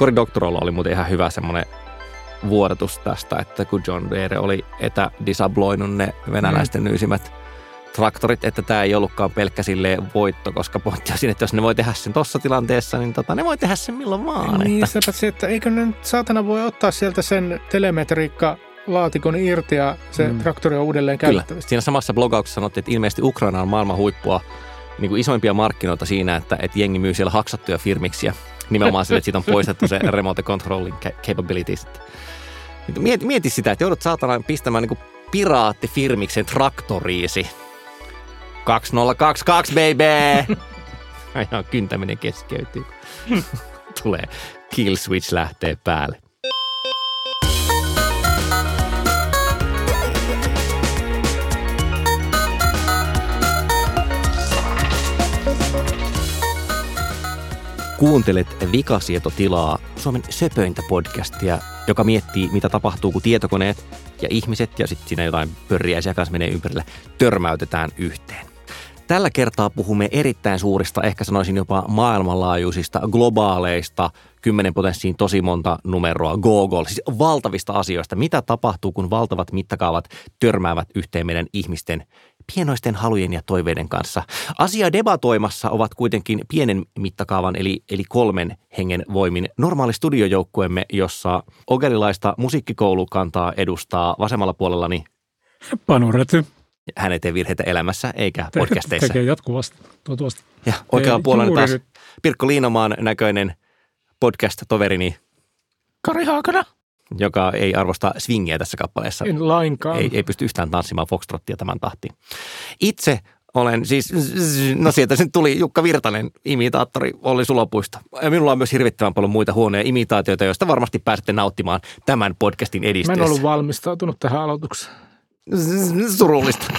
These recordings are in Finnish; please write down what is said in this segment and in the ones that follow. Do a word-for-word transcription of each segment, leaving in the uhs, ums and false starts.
Cory Doctorow oli muuten ihan hyvä semmoinen vuodatus tästä, että kun John Deere oli etädisabloinut ne venäläisten nyysimät traktorit, että tämä ei ollutkaan pelkkä silleen voitto, koska pointti on siinä, että jos ne voi tehdä sen tuossa tilanteessa, niin tota, ne voi tehdä sen milloin vaan. Niin, että. Se, että eikö ne nyt saatana voi ottaa sieltä sen telemetriikka laatikon irti ja se mm. traktori on uudelleen käyttävästi. Kyllä. Siinä samassa blogauksessa sanottiin, että ilmeisesti Ukraina on maailman huippua, niin kuin isoimpia markkinoita siinä, että, että jengi myy siellä haksattuja firmiksiä. Nimenomaan sille, että siitä on poistettu se remote controlling capabilities. Mieti, mieti sitä, että joudut saatana pistämään niin piraattifirmiksen traktoriisi. kaksituhattakaksikymmentäkaksi, baby! Aina kyntäminen keskeytyy. Tulee kill switch lähtee päälle. Kuuntelet Vikasietotilaa, Suomen söpöintä podcastia, joka miettii, mitä tapahtuu, kun tietokoneet ja ihmiset ja sitten siinä jotain pörriäisiä kanssa menee ympärillä, törmäytetään yhteen. Tällä kertaa puhumme erittäin suurista, ehkä sanoisin jopa maailmanlaajuisista, globaaleista, kymmenen potenssiin tosi monta numeroa, Google, siis valtavista asioista. Mitä tapahtuu, kun valtavat mittakaavat törmäävät yhteen meidän ihmisten pienoisten halujen ja toiveiden kanssa. Asia debatoimassa ovat kuitenkin pienen mittakaavan eli, eli kolmen hengen voimin normaali studiojoukkueemme, jossa ogerilaista musiikkikoulukantaa edustaa vasemmalla puolellani Panu Räty. Hän ei tee virheitä elämässä eikä podcasteissa. Tekee jatkuvasti, tuotuasti. Ja oikealla puolella taas nyt Pirkko Liinomaan näköinen podcast-toverini. Kari Haakana. Joka ei arvosta swingiä tässä kappaleessa. En lainkaan. Ei, ei pysty yhtään tanssimaan foxtrottia tämän tahtiin. Itse olen siis, no sieltä sen tuli Jukka Virtanen, imitaattori Olli Sulopuisto. Ja minulla on myös hirvittävän paljon muita huonoja imitaatioita, joista varmasti pääsette nauttimaan tämän podcastin edistyessä. Mä en ollut valmistautunut tähän aloitukseen. Surullista.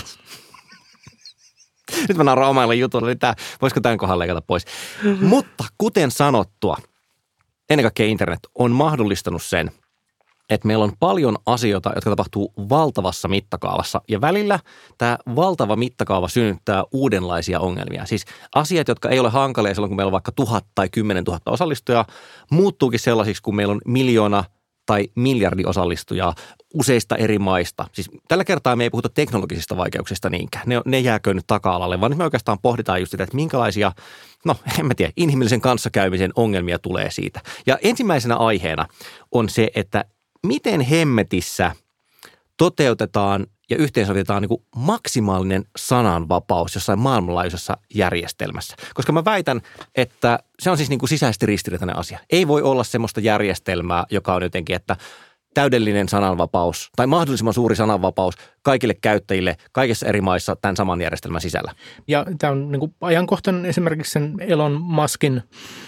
Nyt mä nauraan omalle jutulle, niin tää, voisiko tämän kohan leikata pois. Mm-hmm. Mutta kuten sanottua, ennen kaikkea internet on mahdollistanut sen, että meillä on paljon asioita, jotka tapahtuu valtavassa mittakaavassa. Ja välillä tämä valtava mittakaava synnyttää uudenlaisia ongelmia. Siis asiat, jotka ei ole hankalia silloin, kun meillä on vaikka tuhat tai kymmenen tuhatta osallistujaa, muuttuukin sellaisiksi, kun meillä on miljoona tai miljardi osallistujaa useista eri maista. Siis tällä kertaa me ei puhuta teknologisista vaikeuksista niinkään. Ne, ne jääkö nyt taka-alalle, vaan nyt me oikeastaan pohditaan just sitä, että minkälaisia, no en mä tiedä, inhimillisen kanssakäymisen ongelmia tulee siitä. Ja ensimmäisenä aiheena on se, että miten hemmetissä toteutetaan ja yhteensovitetaan niin kuin maksimaalinen sananvapaus jossain maailmanlaajuisessa järjestelmässä. Koska mä väitän, että se on siis niin kuin sisäisesti ristiriitainen asia. Ei voi olla semmoista järjestelmää, joka on jotenkin, että täydellinen sananvapaus tai mahdollisimman suuri sananvapaus kaikille käyttäjille kaikissa eri maissa tämän saman järjestelmän sisällä. Ja tämä on niin kuin ajankohtainen esimerkiksi sen Elon Muskin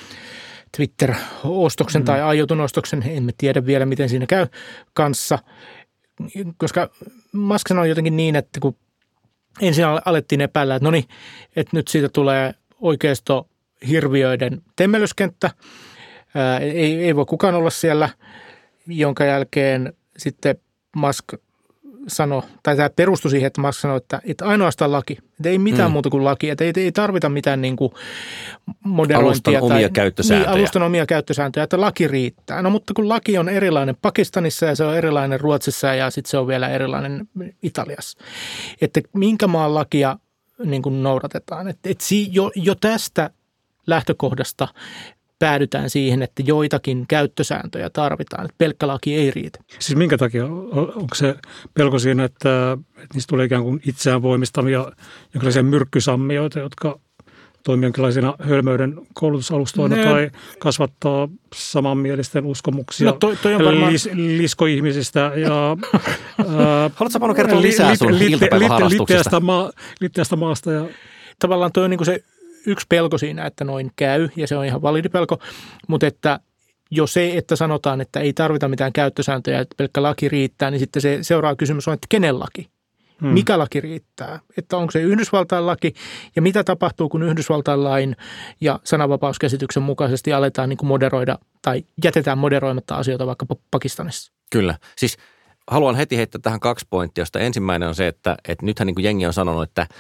Twitter-ostoksen mm. tai aiotun ostoksen, emme tiedä vielä miten siinä käy kanssa, koska Musk sanoi jotenkin niin, että kun ensin alettiin epäillä, että no niin, että nyt siitä tulee oikeisto hirviöiden temmelyskenttä, ää, ei, ei voi kukaan olla siellä, jonka jälkeen sitten Musk sanoi, tai tämä perustui siihen, että Musk sanoi, että, että ainoastaan laki, että ei mitään mm. muuta kuin laki, että ei, ei tarvita mitään niin kuin moderointia. Alustan omia käyttösääntöjä. Niin, alustan omia käyttösääntöjä, että laki riittää. No mutta kun laki on erilainen Pakistanissa ja se on erilainen Ruotsissa ja sitten se on vielä erilainen Italiassa. Että minkä maan lakia niin kuin noudatetaan. Että, että jo, jo tästä lähtökohdasta päädytään siihen, että joitakin käyttösääntöjä tarvitaan, että pelkkä laki ei riitä. Siis minkä takia? Onko se pelko siinä, että, että niistä tulee ikään kuin itseään voimistamia jonkinlaisia myrkkysammioita, jotka toimii jonkinlaisina hölmöyden koulutusalustoina ne, tai kasvattaa samanmielisten uskomuksia no toi, toi on varmaan lis, liskoihmisistä ja haluatko Panu kertoa lisää sun li, iltapäiväharrastuksesta? Maa, litteästä maasta. Ja tavallaan toi on niin kuin se yksi pelko siinä, että noin käy, ja se on ihan validi pelko, mutta että jo se, että sanotaan, että ei tarvita mitään käyttösääntöjä, että pelkkä laki riittää, niin sitten se seuraava kysymys on, että kenen laki? Hmm. Mikä laki riittää? Että onko se Yhdysvaltain laki, ja mitä tapahtuu, kun Yhdysvaltain lain ja sananvapauskäsityksen mukaisesti aletaan niin kuin moderoida tai jätetään moderoimatta asioita vaikka Pakistanissa? Kyllä. Siis haluan heti heittää tähän kaksi pointtia, josta ensimmäinen on se, että, että nythän niin kuin jengi on sanonut, että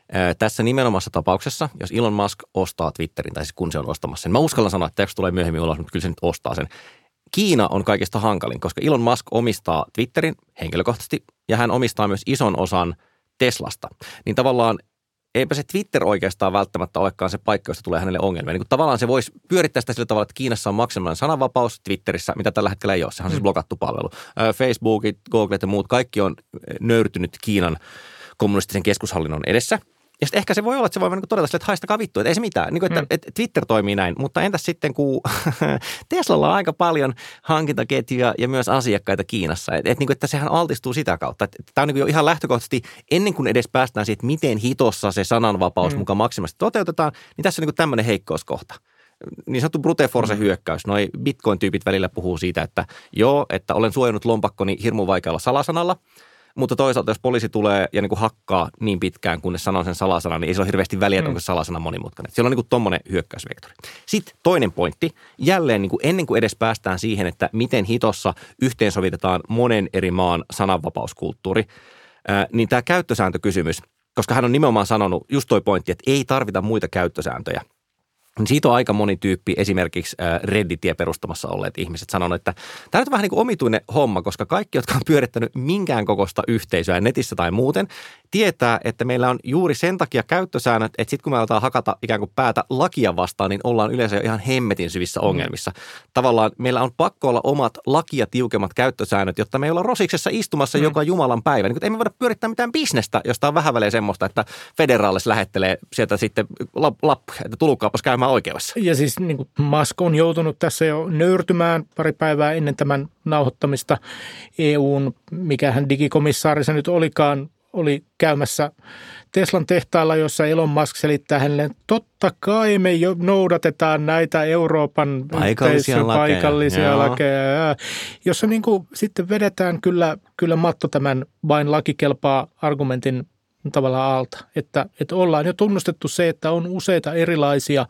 Tässä nimenomaisessa tapauksessa, jos Elon Musk ostaa Twitterin, tai siis kun se on ostamassa sen, mä uskallan sanoa, että teksti tulee myöhemmin ulos, mutta kyllä se nyt ostaa sen. Kiina on kaikista hankalin, koska Elon Musk omistaa Twitterin henkilökohtaisesti, ja hän omistaa myös ison osan Teslasta. Niin tavallaan eipä se Twitter oikeastaan välttämättä olekaan se paikka, josta tulee hänelle ongelmia. Niin kuin tavallaan se voisi pyörittää sitä sillä tavalla, että Kiinassa on maksimaalinen sananvapaus Twitterissä, mitä tällä hetkellä ei ole. Sehän on siis blokattu palvelu. Facebookit, Googlet ja muut, kaikki on nöyrtynyt Kiinan kommunistisen keskushallinnon edessä. Ja sitten ehkä se voi olla, että se voi todeta sille, että haistakaa vittu, että ei se mitään. Niin kuin, että, mm. että Twitter toimii näin, mutta entäs sitten, kun Teslalla on aika paljon hankintaketjuja ja myös asiakkaita Kiinassa. Että, että, että sehän altistuu sitä kautta. Että, että tämä on niin jo ihan lähtökohtaisesti, ennen kuin edes päästään siihen, että miten hitossa se sananvapaus mm. mukaan maksimaalisesti toteutetaan, niin tässä on niin tämmöinen heikkouskohta. Niin sanottu brute force hyökkäys. Noi Bitcoin-tyypit välillä puhuu siitä, että joo, että olen suojannut lompakkoni hirmu vaikealla salasanalla. Mutta toisaalta, jos poliisi tulee ja niin kuin hakkaa niin pitkään, kunnes sanoo sen salasanan, niin ei se ole hirveästi väliä, että onko se salasana monimutkainen. Siellä on niin kuin tommoinen hyökkäysvektori. Sitten toinen pointti. Jälleen niin kuin ennen kuin edes päästään siihen, että miten hitossa yhteensovitetaan monen eri maan sananvapauskulttuuri, ää, niin tämä käyttösääntökysymys, koska hän on nimenomaan sanonut just toi pointti, että ei tarvita muita käyttösääntöjä. Siitä on aika moni tyyppi, esimerkiksi Redditia perustamassa olleet ihmiset sanonut, että tämä on vähän niin kuin omituinen homma, koska kaikki, jotka on pyörittänyt minkään kokoista yhteisöä netissä tai muuten, tietää, että meillä on juuri sen takia käyttösäännöt, että sitten kun me aletaan hakata ikään kuin päätä lakia vastaan, niin ollaan yleensä jo ihan hemmetin syvissä ongelmissa. Tavallaan meillä on pakko olla omat lakia tiukemmat käyttösäännöt, jotta me ei olla rosiksessa istumassa mm. joka Jumalan päivä. Niin kuin, ei me voida pyörittää mitään bisnestä, josta on vähän väliä semmoista, että federaalis lähettelee sieltä sitten lappu, että tulukaapas käymään oikeudessa. Ja siis niin kuin Musk on joutunut tässä jo nöyrtymään pari päivää ennen tämän nauhoittamista. E U:n, mikähän digikomissaarissa nyt olikaan, oli käymässä Teslan tehtaalla, jossa Elon Musk selittää hänelle, että totta kai me jo noudatetaan näitä Euroopan paikallisia lakeja, paikallisia lakeja jossa niin kuin sitten vedetään kyllä, kyllä matto tämän vain lakikelpaa argumentin tavallaan alta, että, että ollaan jo tunnustettu se, että on useita erilaisia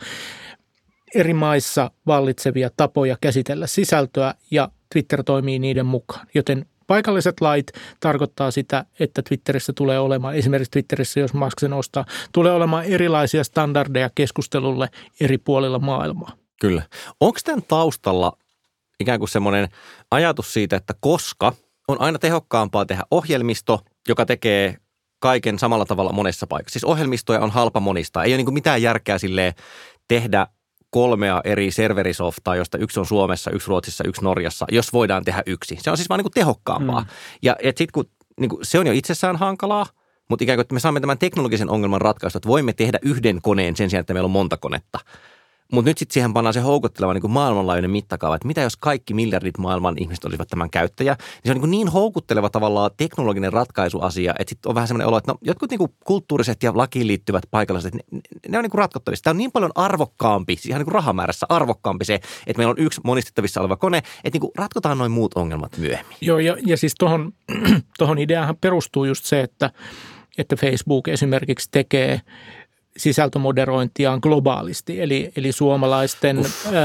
eri maissa vallitsevia tapoja käsitellä sisältöä ja Twitter toimii niiden mukaan, joten paikalliset lait tarkoittaa sitä, että Twitterissä tulee olemaan, esimerkiksi Twitterissä, jos Musk sen ostaa, tulee olemaan erilaisia standardeja keskustelulle eri puolilla maailmaa. Kyllä. Onko tämän taustalla ikään kuin semmoinen ajatus siitä, että koska on aina tehokkaampaa tehdä ohjelmisto, joka tekee kaiken samalla tavalla monessa paikassa. Siis ohjelmistoja on halpa monistaa. Ei ole niin kuin mitään järkeä silleen tehdä kolmea eri serverisoftaa, josta yksi on Suomessa, yksi Ruotsissa, yksi Norjassa, jos voidaan tehdä yksi. Se on siis vaan niin kuin tehokkaampaa. Mm. Ja sitten kun niin kuin, se on jo itsessään hankalaa, mutta ikään kuin, että me saamme tämän teknologisen ongelman ratkaista, että voimme tehdä yhden koneen sen sijaan, että meillä on monta konetta. Mutta nyt sitten siihen pannaan se houkutteleva niin kuin maailmanlaajuinen mittakaava, että mitä jos kaikki miljardit maailman ihmiset olisivat tämän käyttäjä. Niin se on niin, kuin niin houkutteleva tavallaan teknologinen ratkaisuasia, että sitten on vähän semmoinen olo, että no, jotkut niin kuin kulttuuriset ja lakiin liittyvät paikalliset, ne, ne on niin kuin ratkottavissa. Tämä on niin paljon arvokkaampi, siis ihan niin kuin rahamäärässä arvokkaampi se, että meillä on yksi monistettavissa oleva kone, että niin kuin ratkotaan noin muut ongelmat myöhemmin. Joo, ja, ja siis tuohon tohon ideahan perustuu just se, että, että Facebook esimerkiksi tekee sisältömoderointiaan globaalisti, eli, eli suomalaisten ä,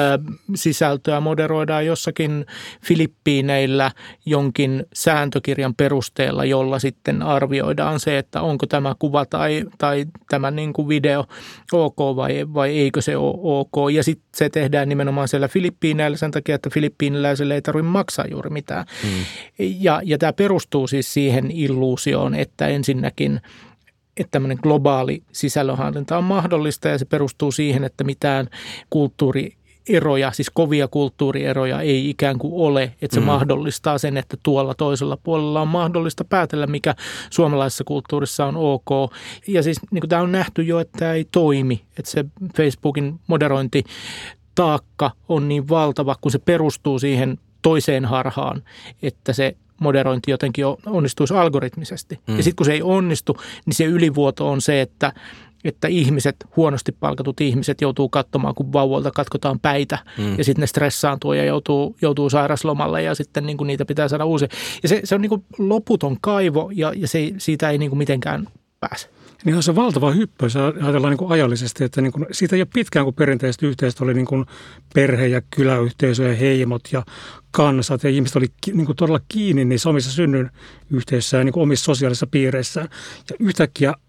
sisältöä moderoidaan jossakin Filippiineillä jonkin sääntökirjan perusteella, jolla sitten arvioidaan se, että onko tämä kuva tai, tai tämä niin kuin video ok vai, vai eikö se ole ok. Ja sitten se tehdään nimenomaan siellä Filippiineillä sen takia, että filippiiniläisille ei tarvitse maksaa juuri mitään. Mm. Ja, ja tämä perustuu siis siihen illuusioon, että ensinnäkin että tämmöinen globaali sisällönhallinta on mahdollista ja se perustuu siihen, että mitään kulttuurieroja, siis kovia kulttuurieroja ei ikään kuin ole, että se mm. mahdollistaa sen, että tuolla toisella puolella on mahdollista päätellä, mikä suomalaisessa kulttuurissa on ok. Ja siis niin kuin tämä on nähty jo, että tämä ei toimi, että se Facebookin moderointitaakka on niin valtava, kun se perustuu siihen toiseen harhaan, että se moderointi jotenkin onnistuisi algoritmisesti. Mm. Ja sitten kun se ei onnistu, niin se ylivuoto on se, että, että ihmiset, huonosti palkatut ihmiset joutuu katsomaan, kun vauvoilta katkotaan päitä mm. ja sitten ne stressaantuu ja joutuu, joutuu sairaslomalle ja sitten niin kuin niitä pitää saada uusia. Ja se, se on niin kuin loputon kaivo ja, ja se, siitä ei niin kuin mitenkään pääse. Niin on se valtava hyppy, jos ajatellaan niin kuin ajallisesti, että niin kuin, siitä ei ole pitkään, kun perinteiset yhteisöt oli niin kuin perhe- ja kyläyhteisö ja heimot ja kansat ja ihmiset oli niin kuin todella kiinni niissä omissa synnyn yhteisöissä ja niin kuin omissa sosiaalisissa piireissään. Ja yhtäkkiä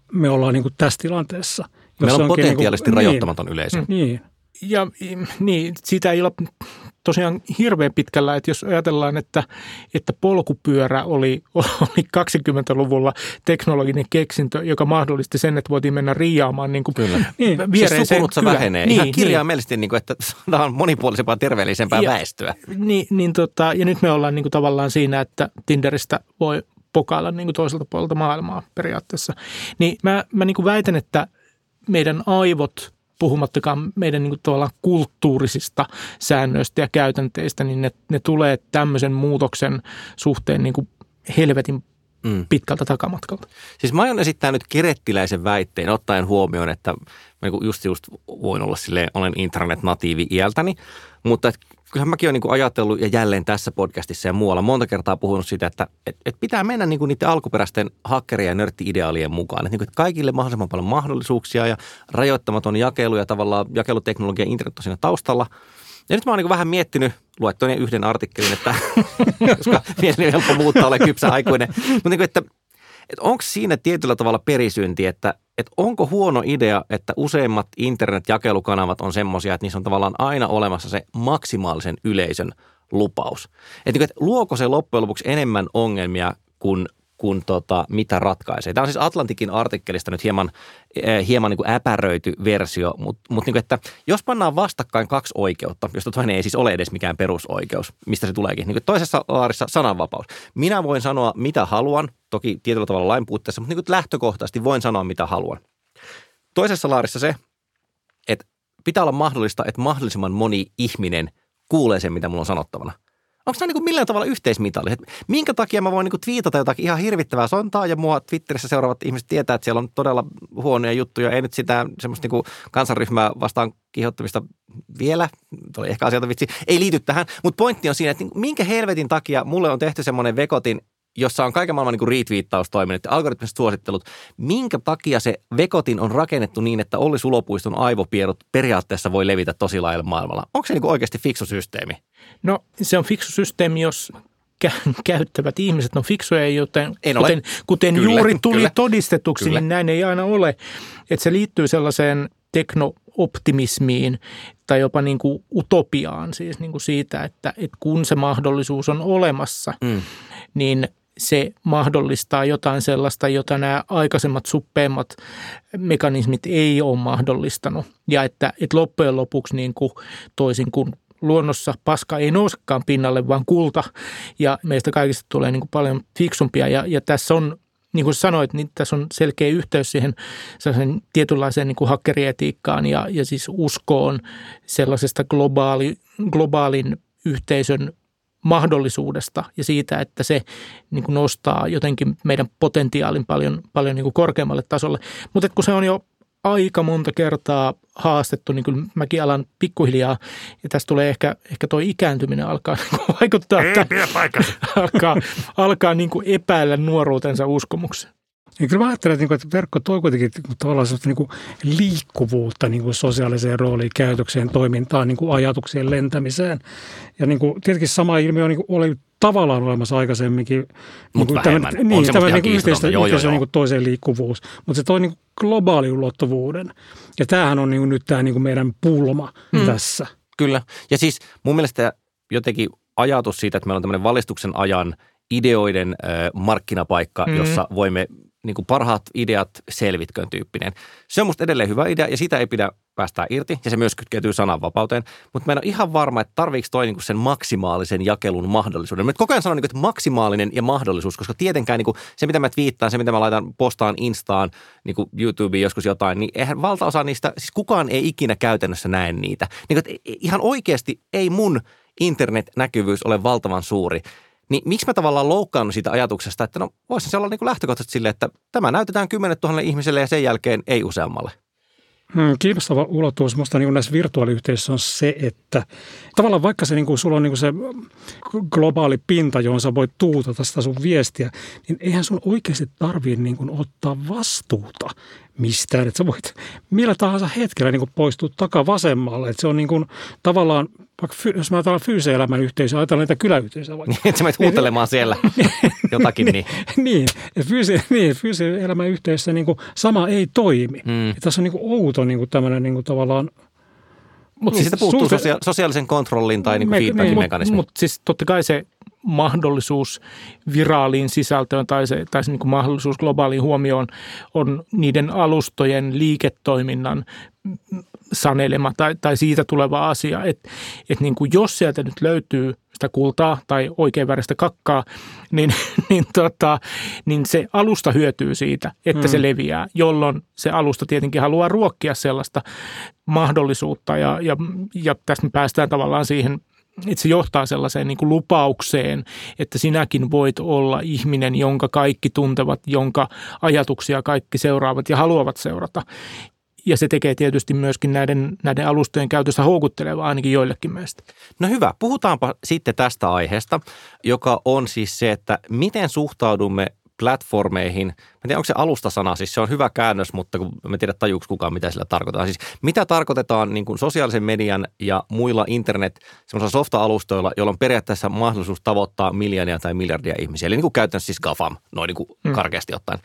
me ollaan niin kuin tässä tilanteessa. Meillä on potentiaalisesti niin kuin, rajoittamaton niin, yleisö. Niin. Ja niin, siitä ei ole tosiaan hirveän pitkällä, että jos ajatellaan, että, että polkupyörä oli, oli kaksikymmentäluvulla teknologinen keksintö, joka mahdollisti sen, että voitiin mennä riiaamaan niin kuin Kyllä. Niin, siis sukurutsa vähenee. Niin, ihan kirjaimellisesti, niin kuin, että saadaan monipuolisempaa, terveellisempää ja, väestöä. Niin, niin tota, ja nyt me ollaan niin kuin tavallaan siinä, että Tinderistä voi pokailla niin kuin toiselta puolelta maailmaa periaatteessa. Niin mä, mä niin kuin väitän, että meidän aivot, puhumattakaan meidän niin kuin tavallaan kulttuurisista säännöistä ja käytänteistä, niin ne, ne tulee tämmöisen muutoksen suhteen niin kuin helvetin mm. pitkältä takamatkalta. Siis mä aion esittää nyt kerettiläisen väitteen ottaen huomioon, että mä just just voin olla silleen, olen internet-natiivi iältäni, mutta et, kyllähän mäkin olen niin kuin ajatellut ja jälleen tässä podcastissa ja muualla monta kertaa puhunut siitä, että et, et pitää mennä niin kuin niiden alkuperäisten hakkeri- ja nörtti-ideaalien mukaan. Että, niin kuin, että kaikille mahdollisimman paljon mahdollisuuksia ja rajoittamaton jakelu ja tavallaan jakeluteknologia ja internet on siinä taustalla. Ja nyt mä oon niin kuin vähän miettinyt, luettuani yhden artikkelin, että koska mielestäni on helppo muuttaa, ole kypsä aikuinen, mutta niin kuin, että että onko siinä tietyllä tavalla perisynti, että, että onko huono idea, että useimmat internet-jakelukanavat on semmoisia, että niissä on tavallaan aina olemassa se maksimaalisen yleisön lupaus. Että, että luoko se loppujen lopuksi enemmän ongelmia kuin, kuin tota, mitä ratkaisee. Tämä on siis Atlantikin artikkelista nyt hieman, eh, hieman niin kuin äpäröity versio, mutta, mutta niin kuin, että jos pannaan vastakkain kaksi oikeutta, josta toinen ei siis ole edes mikään perusoikeus, mistä se tuleekin. Niin kuin toisessa laarissa sananvapaus. Minä voin sanoa, mitä haluan, toki tietyllä tavalla lain puutteessa, mutta niin kuin lähtökohtaisesti voin sanoa, mitä haluan. Toisessa laarissa se, että pitää olla mahdollista, että mahdollisimman moni ihminen kuulee sen, mitä mulla on sanottavana. Onko tämä niin kuin millään tavalla yhteismitalliset? Minkä takia mä voin niin kuin twiitata jotakin ihan hirvittävää sontaa ja mua Twitterissä seuraavat ihmiset tietää, että siellä on todella huonoja juttuja. Ei nyt sitä semmoista niin kuin kansanryhmää vastaan kihottamista vielä, oli ehkä asioita vitsi, ei liity tähän. Mutta pointti on siinä, että minkä helvetin takia mulle on tehty semmoinen vekotin, jossa on kaiken maailman niin retweettaustoiminnot ja algoritmiset suosittelut. Minkä takia se vekotin on rakennettu niin, että Olli Sulopuiston aivopierut periaatteessa voi levitä tosi lailla maailmalla? Onko se niin kuin oikeasti fiksu systeemi? No se on fiksu systeemi, jos kä- käyttävät ihmiset on fiksuja, joten kuten, kuten kyllä, juuri tuli kyllä. todistetuksi, kyllä. Niin näin ei aina ole. Että se liittyy sellaiseen tekno-optimismiin tai jopa niin kuin utopiaan siis niin kuin siitä, että, että kun se mahdollisuus on olemassa, mm. niin se mahdollistaa jotain sellaista, jota nämä aikaisemmat suppeimmat mekanismit ei ole mahdollistanut. Ja että, että loppujen lopuksi niin kuin toisin kuin luonnossa paska ei nousekaan pinnalle, vaan kulta. Ja meistä kaikista tulee niin kuin paljon fiksumpia. Ja, ja tässä on, niin kuin sanoit, niin tässä on selkeä yhteys siihen sellaisen tietynlaiseen niin kuin hakkerietiikkaan ja, ja siis uskoon sellaisesta globaali, globaalin yhteisön mahdollisuudesta ja siitä, että se niin kuin nostaa jotenkin meidän potentiaalin paljon, paljon niin kuin korkeammalle tasolle. Mutta kun se on jo aika monta kertaa haastettu, niin kyllä mäkin alan pikkuhiljaa, ja tässä tulee ehkä, ehkä toi ikääntyminen alkaa niin kuin vaikuttaa, ei että pidä paikkansa. alkaa, alkaa niin kuin epäillä nuoruutensa uskomuksen. Ja kyllä mä ajattelen, että verkko toi kuitenkin tavallaan sellaista niin kuin liikkuvuutta niin kuin sosiaaliseen rooliin, käytökseen, toimintaan, niin kuin ajatuksien lentämiseen. Ja niin kuin, tietenkin sama ilmiö niin kuin oli tavallaan olemassa aikaisemminkin. Mutta niin vähemmän. Tämän, niin, tämä niin yhteisö, joo, yhteisö joo, niin kuin toiseen liikkuvuus. Mutta se toi niin kuin globaali ulottuvuuden. Ja tämähän on niin kuin nyt tämä niin kuin meidän pulma mm. tässä. Kyllä. Ja siis mun mielestä jotenkin ajatus siitä, että meillä on tämmöinen valistuksen ajan ideoiden äh, markkinapaikka, mm. jossa voimme niin kuin parhaat ideat selvitköön tyyppinen. Se on musta edelleen hyvä idea ja sitä ei pidä päästää irti ja se myös kytkeytyy sananvapauteen. Mutta mä en ole ihan varma, että tarviiko toi niin kuin sen maksimaalisen jakelun mahdollisuuden. Mä koko ajan sanon, niin kuin, että maksimaalinen ja mahdollisuus, koska tietenkään niin kuin se, mitä mä twiittaan, se, mitä mä laitan postaan Instaan, niin kuin YouTubeen joskus jotain, niin eihän valtaosa niistä, siis kukaan ei ikinä käytännössä näe niitä. Niin kuin, että ihan oikeasti ei mun internet-näkyvyys ole valtavan suuri. Niin miksi mä tavallaan loukkaannut siitä ajatuksesta, että no voisi se olla niin kuin lähtökohtaisesti silleen, että tämä näytetään kymmenet tuhannelle ihmiselle ja sen jälkeen ei useammalle. Hmm, kiinnostava ulottuvuus minusta niin näissä virtuaaliyhteisöissä on se, että tavallaan vaikka se, niin kuin, sulla on niin kuin se globaali pinta, johon sä voit tuutata sitä sun viestiä, niin eihän sun oikeasti tarvitse niin kuin ottaa vastuuta mistään. Että sä voit millä tahansa hetkellä niin kuin poistua takavasemmalle. Että se on niin kuin, tavallaan, vaikka jos mä ajatellaan fyysisen elämän yhteisöä, ajatellaan niitä kyläyhteisöjä vaikka. Niin, että sä menet huutelemaan siellä jotakin niin. niin, että fyysisen, niin, fyysisen elämän yhteisössä niin kuin sama ei toimi. Mm. Että tässä on niin kuin outo niin kuin tämmöinen niin kuin tavallaan. Mutta niin, siis siitä puuttuu suhte- sosiaalisen kontrollin tai niin kuin feedbackin mekanismi. Mutta siis totta kai se mahdollisuus viraaliin sisältöön tai se, tai se niin kuin mahdollisuus globaaliin huomioon on niiden alustojen liiketoiminnan sanelema tai, tai siitä tuleva asia. Että et niin kuin jos sieltä nyt löytyy sitä kultaa tai oikein väristä kakkaa, niin, niin, tota, niin se alusta hyötyy siitä, että hmm. se leviää, jolloin se alusta tietenkin haluaa ruokkia sellaista mahdollisuutta ja, ja, ja tästä me päästään tavallaan siihen, että se johtaa sellaiseen niin kuin lupaukseen, että sinäkin voit olla ihminen, jonka kaikki tuntevat, jonka ajatuksia kaikki seuraavat ja haluavat seurata. Ja se tekee tietysti myöskin näiden, näiden alustojen käytöstä houkuttelevaa ainakin joillekin meistä. No hyvä, puhutaanpa sitten tästä aiheesta, joka on siis se, että miten suhtaudumme platformeihin. Mä en tiedä, onko se alustasana, siis se on hyvä käännös, mutta kun mä en tiedä tajuuks kukaan, mitä sillä tarkoitetaan. Siis mitä tarkoitetaan niin kuin sosiaalisen median ja muilla internet semmoisilla softa-alustoilla, joilla on periaatteessa mahdollisuus tavoittaa miljoonia tai miljardia ihmisiä. Eli niin kuin käytännössä siis GAFAM, noin niin kuin hmm. karkeasti ottaen.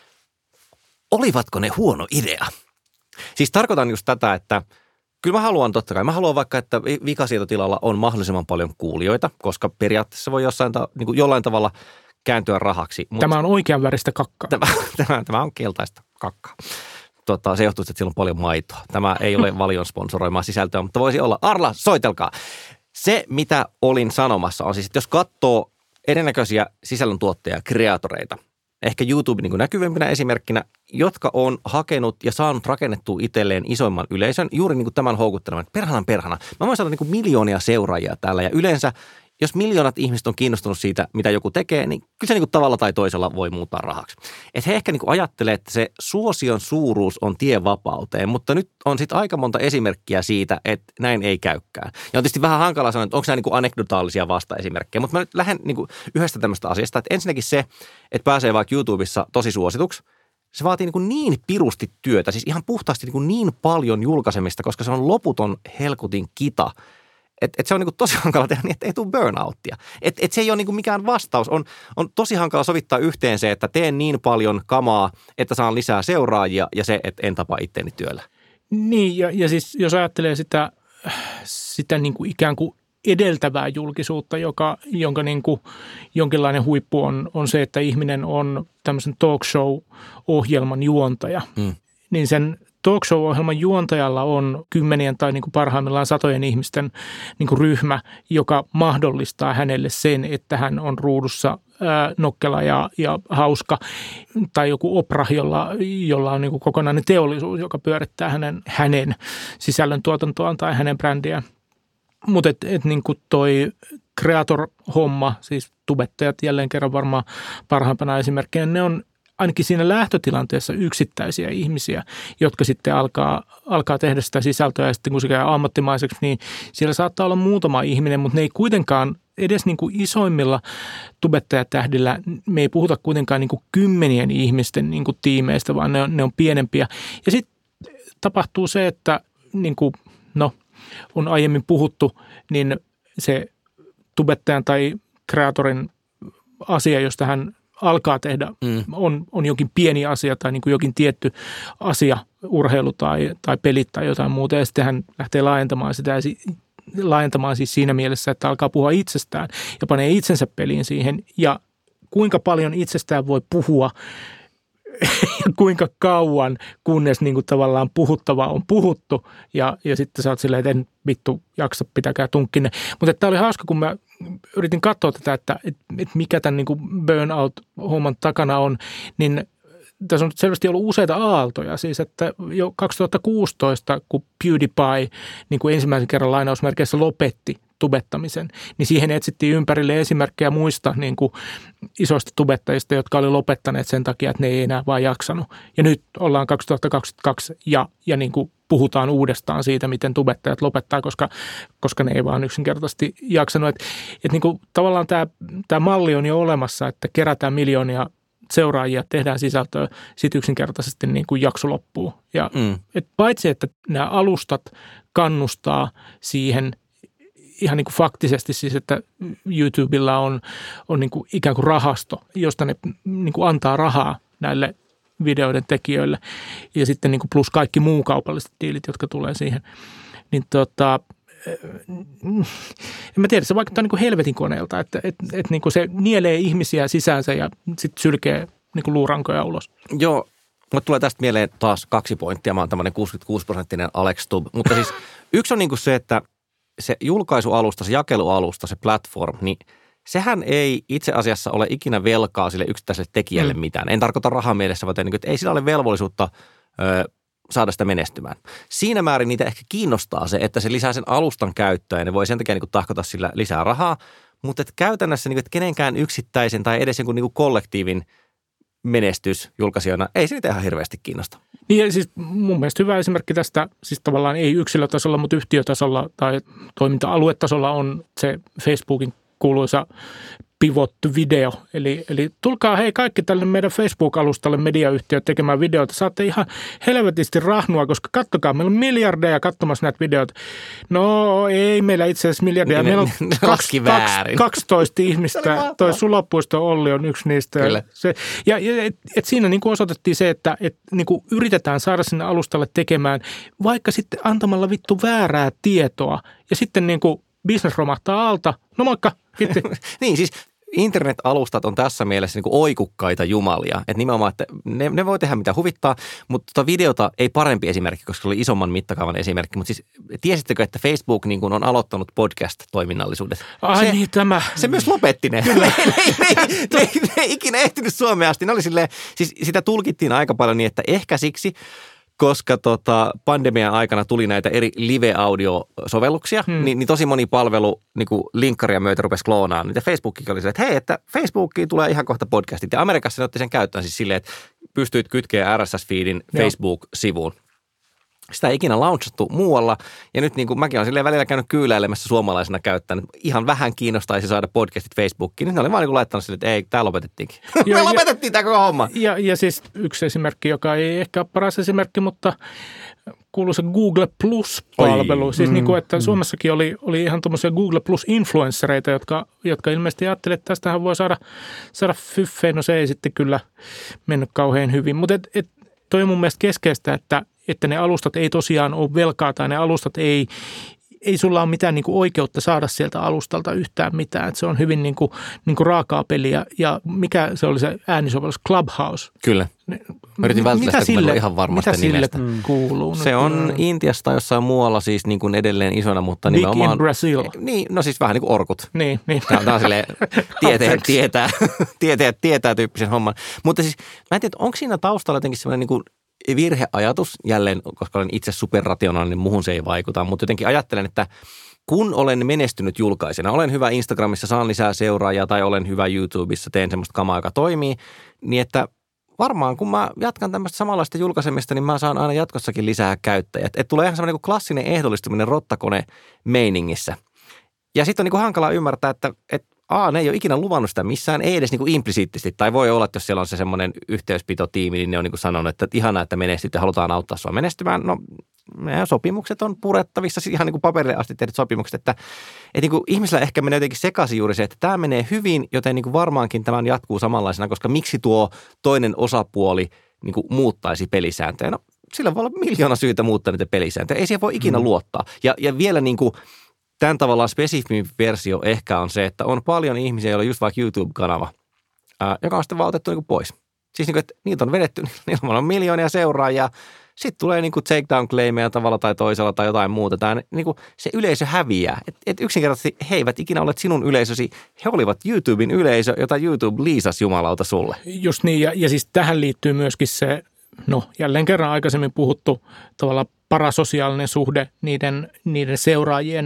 Olivatko ne huono idea? Siis tarkoitan just tätä, että kyllä mä haluan totta kai, mä haluan vaikka, että vikasietotilalla on mahdollisimman paljon kuulijoita, koska periaatteessa voi jossain ta, niin kuin jollain tavalla kääntyä rahaksi. Tämä on oikean väristä kakkaa. Tämä, tämä, tämä on keltaista kakkaa. Tota, se johtuu, että siellä on paljon maitoa. Tämä ei ole Valion sponsoroimaa sisältöä, mutta voisi olla. Arla, soitelkaa. Se, mitä olin sanomassa, on siis, että jos katsoo erinäköisiä sisällöntuottajia, kreatoreita, ehkä YouTube niin kuin näkyvimpänä esimerkkinä, jotka on hakenut ja saanut rakennettua itselleen isoimman yleisön juuri niin kuin tämän houkutteleman. Perhanan perhana. Mä voin saada niin kuin miljoonia seuraajia täällä ja yleensä, jos miljoonat ihmiset on kiinnostunut siitä, mitä joku tekee, niin kyllä se niin kuin tavalla tai toisella voi muuttaa rahaksi. Että he ehkä niin kuin ajattelee, että se suosion suuruus on tie vapauteen, mutta nyt on sitten aika monta esimerkkiä siitä, että näin ei käykään. Ja on tietysti vähän hankala sanoa, että onko nämä niin kuin anekdotaalisia vastaesimerkkejä, mutta mä nyt lähden niin kuin yhdestä tämmöistä asiasta, että ensinnäkin se, että pääsee vaikka YouTubessa tosi suosituksi, se vaatii niin, kuin niin pirusti työtä, siis ihan puhtaasti niin, kuin niin paljon julkaisemista, koska se on loputon helkutin kita. Että et se on niinku tosi hankala tehdä niin, että ei tule burnouttia. Että et se ei ole niinku mikään vastaus. On, on tosi hankala sovittaa yhteen se, että teen niin paljon kamaa, että saan lisää seuraajia ja se, että en tapa itteeni työllä. Niin, ja, ja siis jos ajattelee sitä, sitä niinku ikään kuin edeltävää julkisuutta, joka, jonka niinku jonkinlainen huippu on, on se, että ihminen on tämmöisen talk show-ohjelman juontaja, mm. niin sen talk show-ohjelman juontajalla on kymmenien tai niin kuin parhaimmillaan satojen ihmisten niin kuin ryhmä, joka mahdollistaa hänelle sen, että hän on ruudussa ää, nokkela ja, ja hauska. Tai joku Oprah, jolla, jolla on niin kuin kokonainen teollisuus, joka pyörittää hänen, hänen sisällöntuotantoaan tai hänen brändiään. Mutta et, et niin kuin toi creator-homma, siis tubettajat jälleen kerran varmaan parhaimpana esimerkkinä, ne on ainakin siinä lähtötilanteessa yksittäisiä ihmisiä, jotka sitten alkaa, alkaa tehdä sitä sisältöä ja sitten kun se käy ammattimaiseksi, niin siellä saattaa olla muutama ihminen, mutta ne ei kuitenkaan edes niin kuin isoimmilla tubettajatähdillä, me ei puhuta kuitenkaan niin kuin kymmenien ihmisten niin kuin tiimeistä, vaan ne on, ne on pienempiä. Ja sitten tapahtuu se, että niin kuin, no, on aiemmin puhuttu, niin se tubettajan tai kreatorin asia, josta hän alkaa tehdä, mm. on, on jokin pieni asia tai niin kuin jokin tietty asia, urheilu tai, tai pelit tai jotain muuta. Ja sitten hän lähtee laajentamaan sitä ja si, laajentamaan siis siinä mielessä, että alkaa puhua itsestään ja panee itsensä peliin siihen. Ja kuinka paljon itsestään voi puhua ja kuinka kauan, kunnes niin kuin tavallaan puhuttava on puhuttu ja, ja sitten sä oot silleen, että en vittu jaksa, pitäkää tunkkinne. Mutta tämä oli hauska, kun mä yritin katsoa tätä, että et, et mikä tämän niin kuin burnout-homman takana on, niin tässä on selvästi ollut useita aaltoja. Siis, että jo kaksituhattakuusitoista, kun PewDiePie niin kuin ensimmäisen kerran lainausmerkeissä lopetti tubettamisen, niin siihen etsittiin ympärille esimerkkejä muista niin kuin isoista tubettajista, jotka oli lopettaneet sen takia, että ne ei enää vaan jaksanut. Ja nyt ollaan kaksituhattakaksikymmentäkaksi ja, ja niin kuin puhutaan uudestaan siitä, miten tubettajat lopettaa, koska, koska ne ei vaan yksinkertaisesti jaksanut. Että et niin kuin tavallaan tämä, tämä malli on jo olemassa, että kerätään miljoonia seuraajia, tehdään sisältöä, sitten yksinkertaisesti niin kuin jakso loppuu. Ja mm. et paitsi, että nämä alustat kannustaa siihen ihan niin kuin faktisesti siis, että YouTubella on, on niin kuin ikään kuin rahasto, josta ne niin kuin antaa rahaa näille videoiden tekijöille ja sitten niin kuin plus kaikki muu kaupalliset diilit, jotka tulee siihen. Niin tota, en mä tiedä, se vaikuttaa niin kuin helvetin koneelta, että et, et niin kuin se nielee ihmisiä sisäänsä ja sitten sylkee niin kuin luurankoja ulos. Joo, mutta tulee tästä mieleen taas kaksi pointtia. Mä oon tämmöinen kuusikymmentäkuusi prosenttinen Alex Stubb. Mutta siis yksi on niin kuin se, että se julkaisualusta, se jakelualusta, se platform, niin sehän ei itse asiassa ole ikinä velkaa sille yksittäiselle tekijälle mm. mitään. En tarkoita rahan mielessä, vaan niin kuin, että ei sillä ole velvollisuutta ö, saada sitä menestymään. Siinä määrin niitä ehkä kiinnostaa se, että se lisää sen alustan käyttöä ja ne voi sen takia niin kuin tahkota sillä lisää rahaa. Mutta että käytännössä niin kuin, että kenenkään yksittäisen tai edes jonkun niin kuin kollektiivin menestys julkaisijana, ei se niitä ihan hirveästi kiinnosta. Niin ja siis mun mielestä hyvä esimerkki tästä, siis tavallaan ei yksilötasolla, mutta yhtiötasolla tai toiminta-aluetasolla on se Facebookin kuuluisa pivot-video. Eli, eli tulkaa hei kaikki tälle meidän Facebook-alustalle mediayhtiöt tekemään videoita. Saatte ihan helvetisti rahnua, koska kattokaa, meillä on miljardeja katsomassa näitä videoita. No ei meillä itse asiassa miljardeja. Meillä on kaksi, kaksi, kaksitoista ihmistä. Toi Sulopuisto Olli on yksi niistä. Se, ja et, et siinä niin kuin osoitettiin se, että et, niin kuin yritetään saada sinne alustalle tekemään, vaikka sitten antamalla vittu väärää tietoa. Ja sitten niin kuin business romahtaa alta. No moikka, kiitti. Niin siis internet-alustat on tässä mielessä niin kuin oikukkaita jumalia. Että nimenomaan, että ne, ne voi tehdä mitä huvittaa, mutta tota videota ei parempi esimerkki, koska se oli isomman mittakaavan esimerkki. Mutta siis tiesittekö, että Facebook niin kuin on aloittanut podcast-toiminnallisuudet? Ai se, niin, tämä. Se myös lopetti ne. Kyllä. ne, ne, ne, ne, ne, ne ei ikinä ehtinyt Suomeen asti. Ne oli silleen, siis sitä tulkittiin aika paljon niin, että ehkä siksi, koska tota, pandemian aikana tuli näitä eri live-audio-sovelluksia, hmm. niin, niin tosi moni palvelu niin kuin linkkaria myötä rupesi kloonaan. Niin Facebookikin oli se, että hei, että Facebookiin tulee ihan kohta podcastit. Ja Amerikassa ne otti sen käyttöön siis silleen, että pystyit kytkemään R S S-feedin Facebook-sivuun. Sitä ei ikinä launchattu muualla, ja nyt niin kuin mäkin olen silleen välillä käynyt kyyläilemässä suomalaisena käyttänyt. Ihan vähän kiinnostaisi saada podcastit Facebookiin. Nyt ne oli vaan niin kuin laittanut silleen, että ei, tää lopetettiinkin. Me lopetettiin tämä koko homma. Ja, ja siis yksi esimerkki, joka ei ehkä ole paras esimerkki, mutta kuuluisa Google Plus-palvelu. Oi. Siis mm, niin kuin, että mm. Suomessakin oli, oli ihan tuommoisia Google Plus-influenssereita, jotka, jotka ilmeisesti ajattelivat, että tästähän voi saada, saada fyffeen. No se ei sitten kyllä mennyt kauhean hyvin, mutta et, et, toi on mun mielestä keskeistä, että että ne alustat ei tosiaan ole velkaa tai ne alustat ei, ei sulla ole mitään niin kuin oikeutta saada sieltä alustalta yhtään mitään. Että se on hyvin niin kuin, niin kuin raakaa peliä. Ja mikä se oli se äänisovellus? Clubhouse. Kyllä. Ne, Mä yritin välttää sitä, kun mä ihan varmasti mitä nimestä. Sille kuuluu? Se on Intiassa tai jossain muualla siis niin kuin edelleen isona, mutta Big nimenomaan... in Brazil. Niin, no siis vähän niin kuin orkut. Niin, niin. Tämä, tämä on silleen tieteet tietää, tieteet tietää tyyppisen homman. Mutta siis mä en tiedä, onko siinä taustalla jotenkin semmoinen niin kuin virheajatus, jälleen, koska olen itse superrationaalinen, muhun se ei vaikuta, mutta jotenkin ajattelen, että kun olen menestynyt julkaisena, olen hyvä Instagramissa, saan lisää seuraajia tai olen hyvä YouTubessa, teen semmoista kamaa, joka toimii, niin että varmaan kun mä jatkan tämmöistä samanlaista julkaisemista, niin mä saan aina jatkossakin lisää käyttäjiä. Että et tulee ihan semmoinen niin kuin klassinen ehdollistuminen rottakone meiningissä. Ja sitten on niin kuin hankala ymmärtää, että, että A, ne ei ole ikinä luvannut sitä missään, ei edes niin kuin implisiittisesti. Tai voi olla, että jos siellä on se semmoinen yhteyspitotiimi, niin ne on niin kuin sanonut, että ihanaa, että menestyt ja halutaan auttaa sua menestymään. No, ne sopimukset on purettavissa, ihan niin kuin paperille asti tehdyt sopimukset. Että, että niin kuin ihmisillä ehkä menee jotenkin sekaisin juuri se, että tämä menee hyvin, joten niin kuin varmaankin tämän jatkuu samanlaisena, koska miksi tuo toinen osapuoli niin kuin muuttaisi pelisääntöjä? No, sillä voi olla miljoona syytä muuttaa niitä pelisääntöjä. Ei siihen voi ikinä mm. luottaa. Ja, ja vielä niin kuin tämän tavallaan spesifimpi versio ehkä on se, että on paljon ihmisiä, joilla on just vaikka YouTube-kanava, ää, joka on sitten vaan otettu niin pois. Siis niin kuin, että niitä on vedetty, niillä on miljoonia seuraajia, sitten tulee niin kuin takedown-claimeja tavalla tai toisella tai jotain muuta. Tämä, niin kuin se yleisö häviää. Et, et yksinkertaisesti he eivät ikinä ole sinun yleisösi, he olivat YouTuben yleisö, jota YouTube liisasi jumalauta sulle. Just niin, ja, ja siis tähän liittyy myöskin se, no jälleen kerran aikaisemmin puhuttu tavallaan parasosiaalinen suhde niiden, niiden seuraajien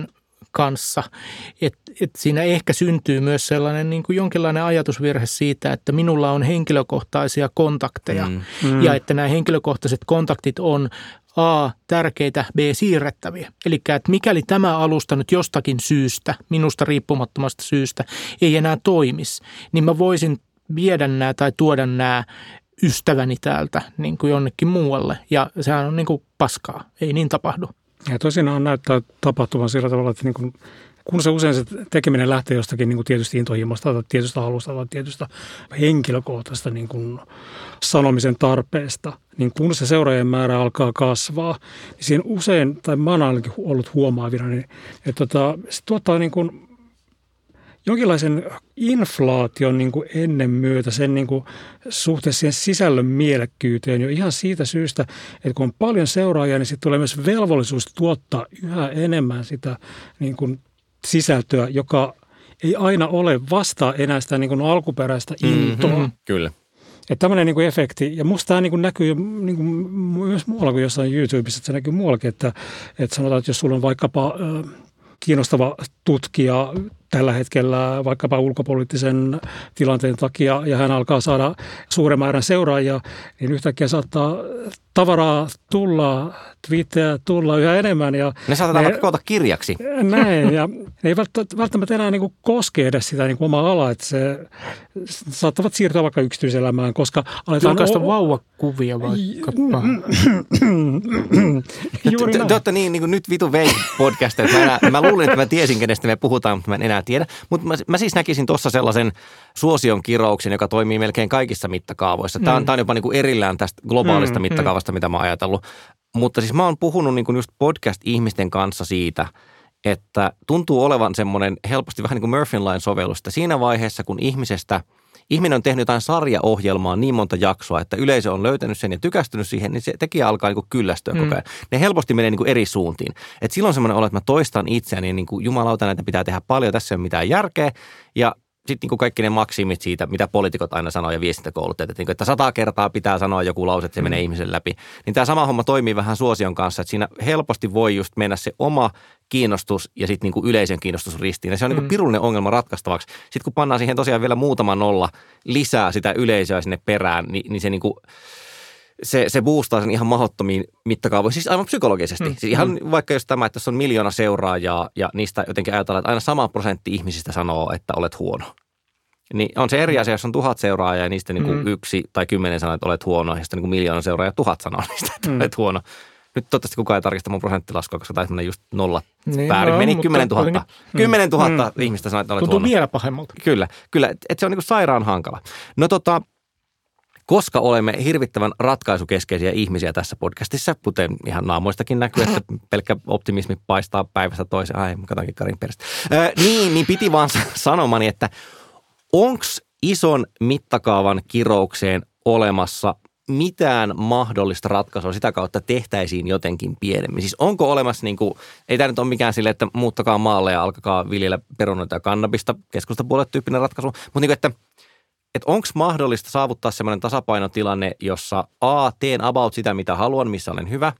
kanssa. Et, et siinä ehkä syntyy myös sellainen niin kuin jonkinlainen ajatusvirhe siitä, että minulla on henkilökohtaisia kontakteja mm. Mm. ja että nämä henkilökohtaiset kontaktit on A, tärkeitä, B, siirrettäviä. Eli että mikäli tämä alusta nyt jostakin syystä, minusta riippumattomasta syystä, ei enää toimisi, niin mä voisin viedä nämä tai tuoda nämä ystäväni täältä niin kuin jonnekin muualle. Ja sehän on niin kuin paskaa, ei niin tapahdu. Ja tosinaan näyttää tapahtuvan sillä tavalla, että niin kuin, kun se usein se tekeminen lähtee jostakin niin kuin tietysti intohimosta tai tietystä halusta tai tietystä henkilökohtaisesta niin kuin sanomisen tarpeesta, niin kun se seuraajien määrä alkaa kasvaa, niin siinä usein, tai mä oon ainakin ollut huomaavina, niin että tota, se tuottaa niin kuin jonkinlaisen inflaation niin kuin ennen myötä sen niin kuin suhteessa siihen sisällön mielekkyyteen jo ihan siitä syystä, että kun on paljon seuraajia, niin sitten tulee myös velvollisuus tuottaa yhä enemmän sitä niin kuin sisältöä, joka ei aina ole vastaa enää sitä niin kuin alkuperäistä intoa. Mm-hmm, kyllä. Että tämmöinen niin kuin efekti, ja musta tämä niin kuin näkyy jo niin kuin myös muualla kuin jossain YouTubessa, että se näkyy muuallakin, että, että sanotaan, että jos sulla on vaikkapa ö, kiinnostava tutkija tällä hetkellä vaikkapa ulkopoliittisen tilanteen takia ja hän alkaa saada suuren määrän seuraajia, niin yhtäkkiä saattaa tavaraa tulla, twiittejä tulla yhä enemmän. Ja ne saatetaan vaikka koota kirjaksi. Näin, ja ne ei välttämättä enää niin kuin koske edes sitä niin kuin omaa alaa, että se saattavat siirtyä vaikka yksityiselämään, koska aletaan... Julkaista o- vauvakuvia vaikkapa. Te olette niin, niin kuin nyt vitu vei podcast, että mä, mä luulin, että mä tiesin, kenestä me puhutaan, mutta mä en enää tiedä. Mutta mä, mä siis näkisin tuossa sellaisen suosion kirouksen, joka toimii melkein kaikissa mittakaavoissa. Tämä on, mm. tämä on jopa niin kuin erillään tästä globaalista mm, mittakaavasta, mm. mitä mä oon ajatellut. Mutta siis mä oon puhunut niin kuin just podcast-ihmisten kanssa siitä, että tuntuu olevan semmoinen helposti vähän niin kuin Murphyn lain sovellus, että siinä vaiheessa, kun ihmisestä, ihminen on tehnyt jotain sarjaohjelmaa niin monta jaksoa, että yleisö on löytänyt sen ja tykästynyt siihen, niin se tekijä alkaa niin kuin kyllästyä mm. koko ajan. Ne helposti menee niin kuin eri suuntiin. Et silloin semmoinen olo, että mä toistan itseäni, niin kuin jumalauta, näitä pitää tehdä paljon, tässä ei ole mitään järkeä. Ja sitten niin kaikki ne maksimit siitä, mitä poliitikot aina sanoo ja viestintäkouluttajat, että, niin kuin, että sata kertaa pitää sanoa joku lause, että se mm. menee ihmisen läpi. Niin tämä sama homma toimii vähän suosion kanssa, että siinä helposti voi just mennä se oma kiinnostus ja sitten niin yleisen kiinnostus ristiin. Ja se on mm. niin kuin pirullinen ongelma ratkaistavaksi. Sitten kun pannaan siihen tosiaan vielä muutama nolla lisää sitä yleisöä sinne perään, niin, niin se niin kuin Se, se boostaa sen ihan mahdottomiin mittakaavoihin, siis aivan psykologisesti. Mm. Siis ihan mm. vaikka jos tämä, että jos on miljoona seuraajaa ja niistä jotenkin ajatellaan, että aina sama prosentti ihmisistä sanoo, että olet huono. Niin on se eri asia, jos on tuhat seuraajaa ja niistä niin kuin mm. yksi tai kymmenen sanoo, että olet huono, ja sitten niin kuin miljoona seuraajaa tuhat sanoo niistä, että mm. olet huono. Nyt toivottavasti kukaan ei tarkista mun prosenttilaskua, koska taisi mennä just nolla niin, väärin. No, meni kymmenen tuhatta. kymmenen tuhatta mm. ihmistä sanoo, että olet Tuntuu huono. Tuntuu vielä pahemmalta. Kyllä, kyllä. Että se on niin kuin sairaan hankala. No tota... Koska olemme hirvittävän ratkaisukeskeisiä ihmisiä tässä podcastissa, kuten ihan naamoistakin näkyy, että pelkkä optimismi paistaa päivästä toiseen. Ai, mä katonkin Karin perästä. Öö, niin, niin piti vaan sanomani, että onko ison mittakaavan kiroukseen olemassa mitään mahdollista ratkaisua sitä kautta tehtäisiin jotenkin pienemmin? Siis onko olemassa, niin kuin, ei tämä nyt ole mikään sille, että muuttakaa maalle ja alkakaa viljellä perunoita ja kannabista, keskustapuolet tyyppinen ratkaisu, mutta niin kuin, että Että onko mahdollista saavuttaa sellainen tasapainotilanne, jossa A, teen about sitä, mitä haluan, missä olen hyvä.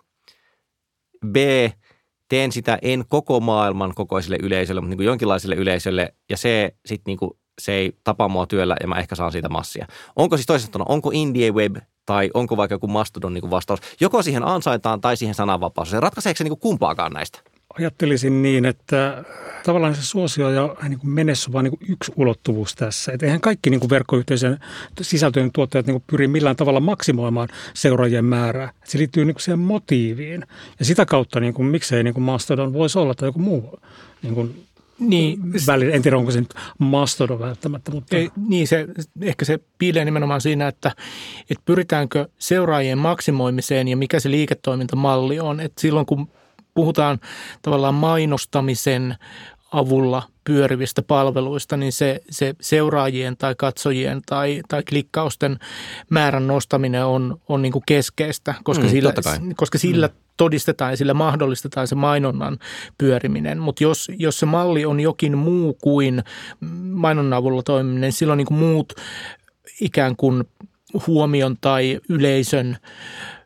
B, teen sitä en koko maailman kokoiselle yleisölle, mutta niin kuin jonkinlaiselle yleisölle. Ja C, sitten niin kuin se ei tapa mua työllä ja mä ehkä saan siitä massia. Onko siis toisaalta, onko Indie Web tai onko vaikka joku Mastodon niin kuin vastaus? Joko siihen ansaitaan tai siihen sananvapaus. Se ratkaiseeko se niin kuin kumpaakaan näistä? Ajattelisin niin, että tavallaan se suosio ja niin kuin menessä on vain niin kuin yksi ulottuvuus tässä. Että eihän kaikki niin kuin verkkoyhteisön sisältöjen tuottajat niin kuin pyri millään tavalla maksimoimaan seuraajien määrää. Että se liittyy niin kuin siihen motiiviin. Ja sitä kautta niin kuin, miksei niin kuin Mastodon voisi olla tai joku muu niin kuin niin, välillä. En tiedä, onko se nyt Mastodon välttämättä. Mutta ei, niin, se, ehkä se piilee nimenomaan siinä, että, että pyritäänkö seuraajien maksimoimiseen ja mikä se liiketoimintamalli on. Että silloin kun puhutaan tavallaan mainostamisen avulla pyörivistä palveluista, niin se, se seuraajien tai katsojien tai, tai klikkausten määrän nostaminen on, on niin kuin keskeistä, koska, mm, sillä, koska sillä mm. todistetaan ja sillä mahdollistetaan se mainonnan pyöriminen. Mutta jos, jos se malli on jokin muu kuin mainonnan avulla toimiminen, silloin niin kuin muut ikään kuin huomion tai yleisön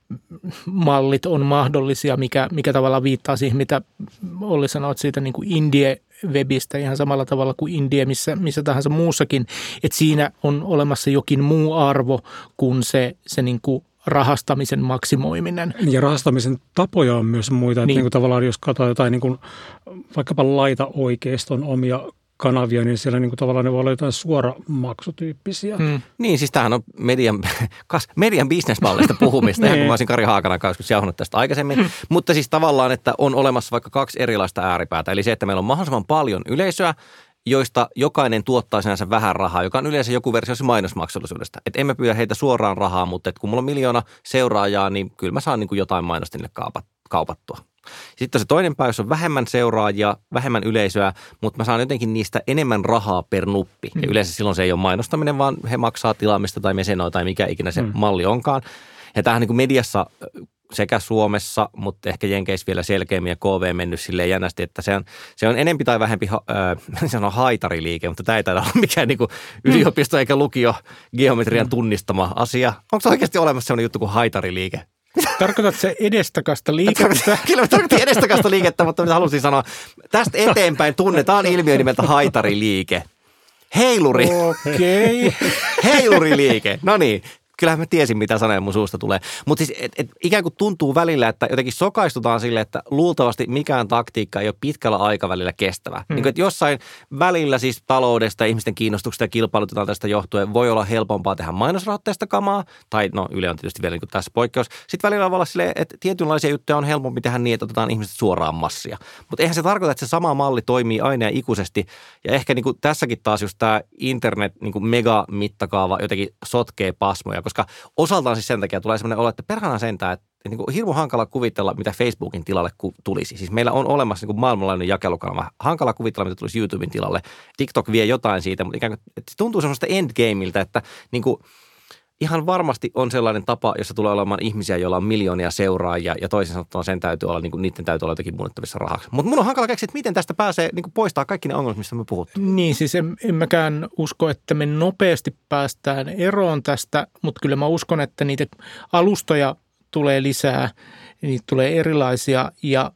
mallit on mahdollisia, mikä, mikä tavallaan viittaa siihen, mitä Olli sanoit siitä niin kuin indie-webistä ihan samalla tavalla kuin indie missä, missä tahansa muussakin, että siinä on olemassa jokin muu arvo kuin se, se niin kuin rahastamisen maksimoiminen. Ja rahastamisen tapoja on myös muita, että niin. Niin kuin tavallaan jos katsotaan jotain niin kuin vaikkapa laita-oikeiston omia kanavia, niin siellä niin kuin tavallaan ne voi olla jotain suoramaksutyyppisiä. Hmm. Niin, siis tämähän on median, kas, median bisnesmallista puhumista, ihan kun mä olisin Kari Haakanan kanssa jauhannut tästä aikaisemmin. Hmm. Mutta siis tavallaan, että on olemassa vaikka kaksi erilaista ääripäätä, eli se, että meillä on mahdollisimman paljon yleisöä, joista jokainen tuottaa sinänsä vähän rahaa, joka on yleensä joku versio mainosmaksullisuudesta. Että emme pyydä heitä suoraan rahaa, mutta että kun mulla on miljoona seuraajaa, niin kyllä mä saan niin kuin jotain mainosta niille kaupattua. Sitten se toinen päivä, jos on vähemmän seuraajia, vähemmän yleisöä, mutta mä saan jotenkin niistä enemmän rahaa per nuppi. Ja yleensä silloin se ei ole mainostaminen, vaan he maksaa tilaamista tai mesenoi tai mikä ikinä se mm. malli onkaan. Ja tämähän niin kuin mediassa sekä Suomessa, mutta ehkä Jenkeissä vielä selkeämmin ja K V mennyt silleen jännästi, että se on, se on enempi tai vähempi äh, se on haitariliike, mutta tämä ei taida olla mikään niin kuin yliopisto eikä lukio geometrian tunnistama asia. Onko se oikeasti olemassa sellainen juttu kuin haitariliike? Tarkoitatko se edestakasta liikettä? Kyllä mä tarkoitin edestakasta liikettä, mutta mitä halusin sanoa, tästä eteenpäin tunnetaan ilmiö nimeltä haitariliike. Heiluri. Okei. Okay. Heiluriliike. No niin. Kyllähän mä tiesin, mitä sanoja mun suusta tulee. Mutta siis et, et, ikään kuin tuntuu välillä, että jotenkin sokaistutaan sille, että luultavasti mikään taktiikka ei ole pitkällä aikavälillä kestävä. Mm. Niin kuin, että jossain välillä siis taloudesta, ihmisten kiinnostuksesta ja kilpailutetaan tästä johtuen voi olla helpompaa tehdä mainosrahoitteista kamaa, tai no Yle on tietysti vielä niin kuin tässä poikkeus. Sitten välillä voi olla silleen, että tietynlaisia juttuja on helpompi tehdä niin, että otetaan ihmiset suoraan massia. Mutta eihän se tarkoita, että se sama malli toimii aina ja ikuisesti. Ja ehkä niin kuin tässäkin taas just tämä internet niin kuin megamittakaava jotenkin sotkee pasmoja. Koska osaltaan siis sen takia tulee sellainen olo, että perhana sentään, että niin kuin hirveän hankala kuvitella, mitä Facebookin tilalle tulisi. Siis meillä on olemassa niin kuin maailmanlainen jakelukanava. Hankala kuvitella, mitä tulisi YouTuben tilalle. TikTok vie jotain siitä, mutta ikään kuin, että se tuntuu semmoista endgameiltä, että niin kuin ihan varmasti on sellainen tapa, jossa tulee olemaan ihmisiä, joilla on miljoonia seuraajia ja toisin sanottuna sen täytyy olla, niin kuin, niiden täytyy olla jotenkin muunnettavissa rahaksi. Mutta mun on hankala keksiä, että miten tästä pääsee niin kuin poistaa kaikki ne ongelmat, mistä me puhuttu. Niin, siis en, en mäkään usko, että me nopeasti päästään eroon tästä, mutta kyllä mä uskon, että niitä alustoja tulee lisää, niitä tulee erilaisia ja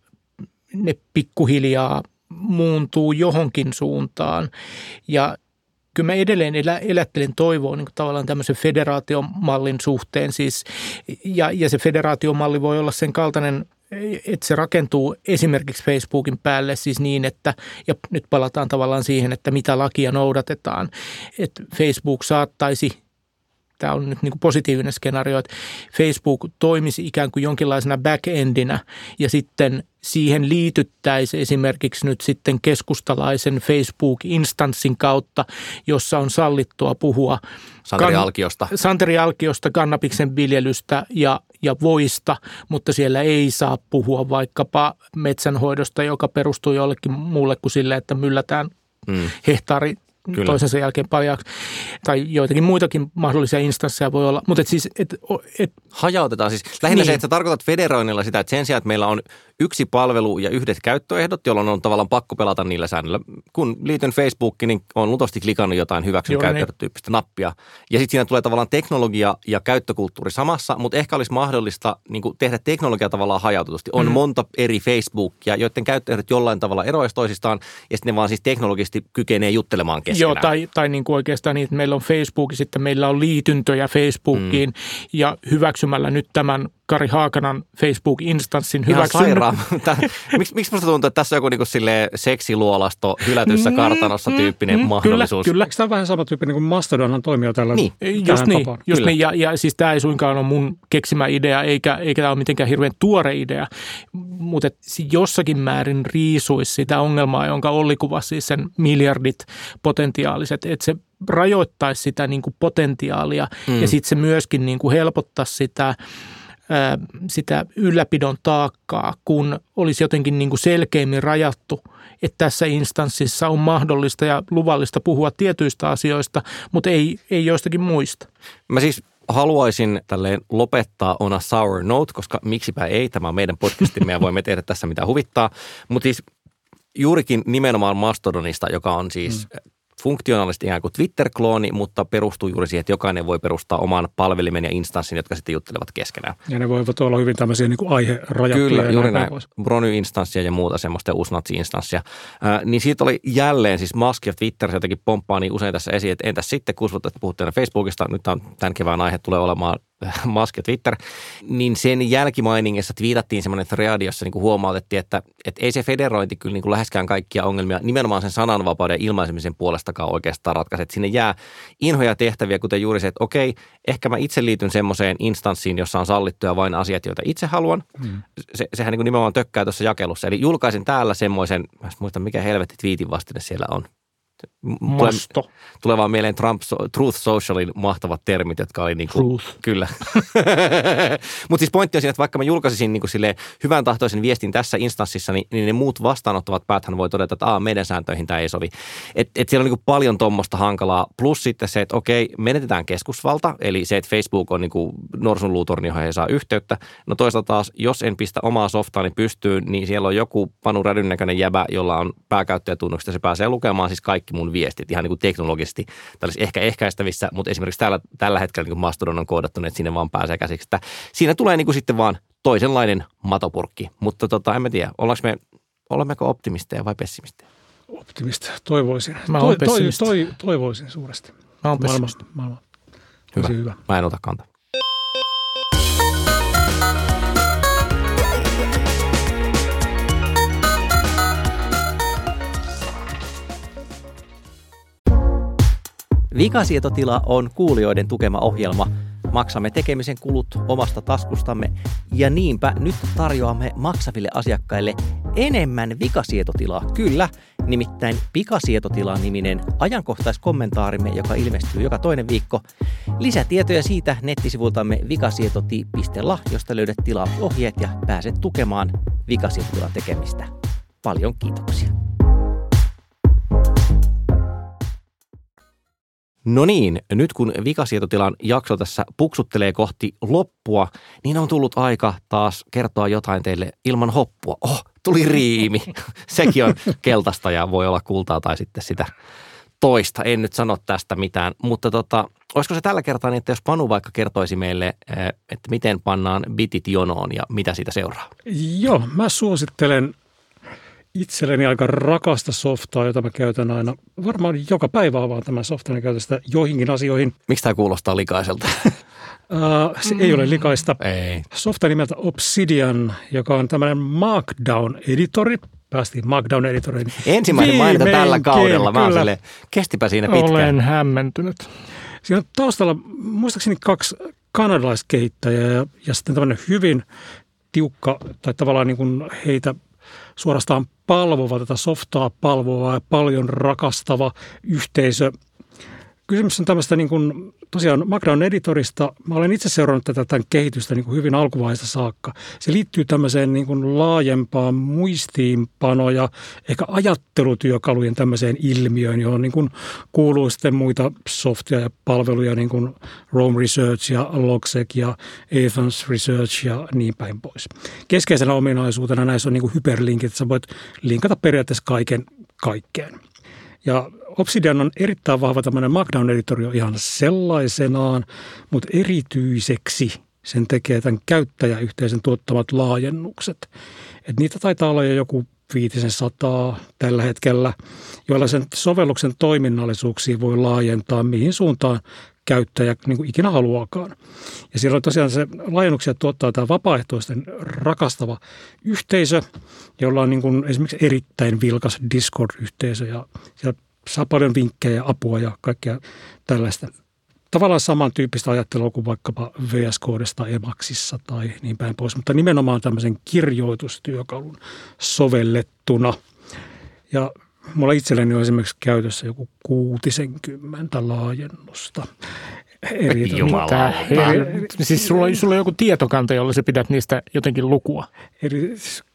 ne pikkuhiljaa muuntuu johonkin suuntaan ja kyllä mä edelleen elä, elättelen toivoa niin kuin tavallaan tämmöisen federaatiomallin suhteen siis, ja, ja se federaatiomalli voi olla sen kaltainen, että se rakentuu esimerkiksi Facebookin päälle siis niin, että, ja nyt palataan tavallaan siihen, että mitä lakia noudatetaan, että Facebook saattaisi, tämä on nyt niin kuin positiivinen skenaario, että Facebook toimisi ikään kuin jonkinlaisena back-endinä ja sitten siihen liityttäisiin esimerkiksi nyt sitten keskustalaisen Facebook-instanssin kautta, jossa on sallittua puhua Santeri Alkiosta. Kan, Santeri Alkiosta, kannabiksen viljelystä ja, ja voista, mutta siellä ei saa puhua vaikkapa metsänhoidosta, joka perustuu jollekin muulle kuin sille, että myllätään mm. hehtaari Kyllä. toisensa jälkeen paljaaksi. Tai joitakin muitakin mahdollisia instansseja voi olla. Mutta et siis, et, et, hajautetaan siis. Lähinnä niin. se, että sä tarkoitat federoinnilla sitä, että sen sijaan, että meillä on yksi palvelu ja yhdet käyttöehdot, jolloin on tavallaan pakko pelata niillä säännöillä. Kun liityn Facebookiin, niin on lutosti klikannut jotain hyväksyn käyttöehdot-tyyppistä nappia. Ja sitten siinä tulee tavallaan teknologia ja käyttökulttuuri samassa, mutta ehkä olisi mahdollista niin kuin tehdä teknologia tavallaan hajautetusti. On mm. monta eri Facebookia, joiden käyttöehdot jollain tavalla eroaisi toisistaan, ja sitten ne vaan siis teknologisesti kykenee juttelemaan keskenään. Joo, tai, tai niin kuin oikeastaan niin, että meillä on Facebook, sitten meillä on liityntöjä Facebookiin, mm. ja hyväksymällä nyt tämän Kari Haakanan Facebook-instanssin hyväksyn. Miksi miksi musta tuntuu, että tässä on joku niin silleen seksiluolasto hylätyssä kartanossa tyyppinen mm, mm, mahdollisuus? Kyllä, kyllä. Eikö tämä vähän sama tyyppinen kuin Mastodonhan toimia tällä niin. Just niin, just niin. Ja, ja siis tämä ei suinkaan ole mun keksimä idea, eikä, eikä tämä ole mitenkään hirveän tuore idea, mutta jossakin määrin riisuisi sitä ongelmaa, jonka Olli kuvasi, siis sen miljardit potentiaaliset, että se rajoittaisi sitä niin kuin potentiaalia mm. ja sitten se myöskin niin kuin helpottaisi sitä sitä ylläpidon taakkaa, kun olisi jotenkin niin kuin selkeämmin rajattu, että tässä instanssissa on mahdollista ja luvallista puhua tietyistä asioista, mutta ei, ei joistakin muista. Mä siis haluaisin tälleen lopettaa on a sour note, koska miksipä ei, tämä on meidän podcastimme ja voimme tehdä tässä mitä huvittaa, mutta siis juurikin nimenomaan Mastodonista, joka on siis mm. funktionaalisesti ikään kuin Twitter-klooni, mutta perustuu juuri siihen, että jokainen voi perustaa oman palvelimen ja instanssin, jotka sitten juttelevat keskenään. Ja ne voivat olla hyvin tämmöisiä niin kuin aiherajattuja. Kyllä, juuri näin. Brony-instanssia ja muuta semmoista uusnatsi-instanssia. Äh, niin siitä oli jälleen, siis Musk ja Twitter jotenkin pomppaa niin usein tässä esiin, että entäs sitten, kun puhutte Facebookista, nyt on tämän kevään aihe tulee olemaan Musk ja Twitter, niin sen jälkimainingissa twiitattiin semmoinen thread, jossa niin kuin huomautettiin, että, että ei se federointi kyllä niin kuin läheskään kaikkia ongelmia nimenomaan sen sananvapauden ja ilmaisemisen puolestakaan oikeastaan ratkaise. Että sinne jää inhoja tehtäviä, kuten juuri se, että okei, ehkä mä itse liityn semmoiseen instanssiin, jossa on sallittuja vain asiat, joita itse haluan. Hmm. Se, sehän niin kuin nimenomaan tökkää tuossa jakelussa. Eli julkaisin täällä semmoisen, mä muistan mikä helvetti tweetin vastine siellä on. Masto. Tulee vaan mieleen Trump, Truth Socialin mahtavat termit, jotka oli niin kuin, Truth. Kyllä. Mutta siis pointti on siinä, että vaikka mä julkaisisin niin kuin silleen hyvän tahtoisen viestin tässä instanssissa, niin, niin ne muut vastaanottavat pääthän voi todeta, että Aa, meidän sääntöihin tämä ei sovi. Että et siellä on niin kuin paljon tuommoista hankalaa. Plus sitten se, että okei, menetetään keskusvalta, eli se, että Facebook on niin kuin norsunluutorni, johon ei saa yhteyttä. No toisaalta taas, jos en pistä omaa softaani pystyyn, niin siellä on joku Panu Rädyn näköinen jäbä, jolla on pääkäyttäjätunnukset ja se pääsee lukemaan siis kaikki mun viestit ihan niin kuin teknologisesti. Tämä olisi ehkä ehkäistävissä, mutta esimerkiksi tällä, tällä hetkellä niin kuin Mastodon on koodattu, että sinne vaan pääsee käsiksi. Että siinä tulee niin kuin sitten vaan toisenlainen matopurkki. Mutta tota, en mä tiedä, ollaanko me, olemmeko optimisteja vai pessimisteja? Optimisteja, toivoisin. Mä oon toi, toi, toi, toivoisin suuresti. Mä oon pessimisti. Maailma, maailma. Hyvä. hyvä. Mä en ota kantaa. Vikasietotila on kuulijoiden tukema ohjelma. Maksamme tekemisen kulut omasta taskustamme ja niinpä nyt tarjoamme maksaville asiakkaille enemmän vikasietotilaa. Kyllä, nimittäin Pikasietotila-niminen ajankohtaiskommentaarimme, joka ilmestyy joka toinen viikko. Lisätietoja siitä nettisivultamme vikasietoti piste la, josta löydät tilausohjeet ja pääset tukemaan vikasietotilan tekemistä. Paljon kiitoksia. No niin, nyt kun Vikasietotilan jakso tässä puksuttelee kohti loppua, niin on tullut aika taas kertoa jotain teille ilman hoppua. Oh, tuli riimi. Sekin on keltaista ja voi olla kultaa tai sitten sitä toista. En nyt sano tästä mitään, mutta tota, olisiko se tällä kertaa niin, että jos Panu vaikka kertoisi meille, että miten pannaan bitit jonoon ja mitä siitä seuraa? Joo, mä suosittelen itselleni aika rakasta softaa, jota mä käytän aina, varmaan joka päivä avaan tämän softan ja käytän sitä joihinkin asioihin. Miksi tämä kuulostaa likaiselta? Uh, se mm. ei ole likaista. Ei. Softa nimeltä Obsidian, joka on tämmöinen Markdown-editori. Päästiin Markdown-editoriin. Ensimmäinen mainita tällä kaudella. Mä sille, kestipä siinä pitkään. Olen hämmentynyt. Siinä on taustalla muistaakseni kaksi kanadalaiskehittäjää ja, ja sitten tämmöinen hyvin tiukka tai tavallaan niin kuin heitä suorastaan palvova, tätä softaa palvova ja paljon rakastava yhteisö. Kysymys on tämmöistä niin kuin, tosiaan Markdown-editorista. Mä olen itse seurannut tätä tämän kehitystä niin kuin hyvin alkuvaiheesta saakka. Se liittyy tämmöiseen niin kuin laajempaan muistiinpanoja, ehkä ajattelutyökalujen tämmöiseen ilmiöön, johon niin kuin kuuluu sitten muita softia ja palveluja, niin kuin Roam Research ja Logseq ja Athens Research ja niin päin pois. Keskeisenä ominaisuutena näissä on niin kuin hyperlinkit, että sä voit linkata periaatteessa kaiken kaikkeen. Ja Obsidian on erittäin vahva tämmöinen Markdown-editori ihan sellaisenaan, mutta erityiseksi sen tekee tämän käyttäjäyhteisön tuottamat laajennukset. Et niitä taitaa olla jo joku viitisen sataa tällä hetkellä, joilla sen sovelluksen toiminnallisuuksia voi laajentaa mihin suuntaan käyttäjä niin kuin ikinä haluaakaan. Ja siellä on tosiaan se laajennuksia tuottaa tämä vapaaehtoisten rakastava yhteisö, jolla on niin kuin esimerkiksi erittäin vilkas Discord-yhteisö ja siellä saa paljon vinkkejä ja apua ja kaikkea tällaista. Tavallaan samantyyppistä ajattelua kuin vaikkapa V S Codesta Emacsissa tai niin päin pois, mutta nimenomaan tämmöisen kirjoitustyökalun sovellettuna. Ja mulla itselleni on esimerkiksi käytössä joku kuutisenkymmentä laajennusta. Eri, Mitä? Eri, siis sulla on, sulla on joku tietokanta, jolla sä pidät niistä jotenkin lukua. Eri,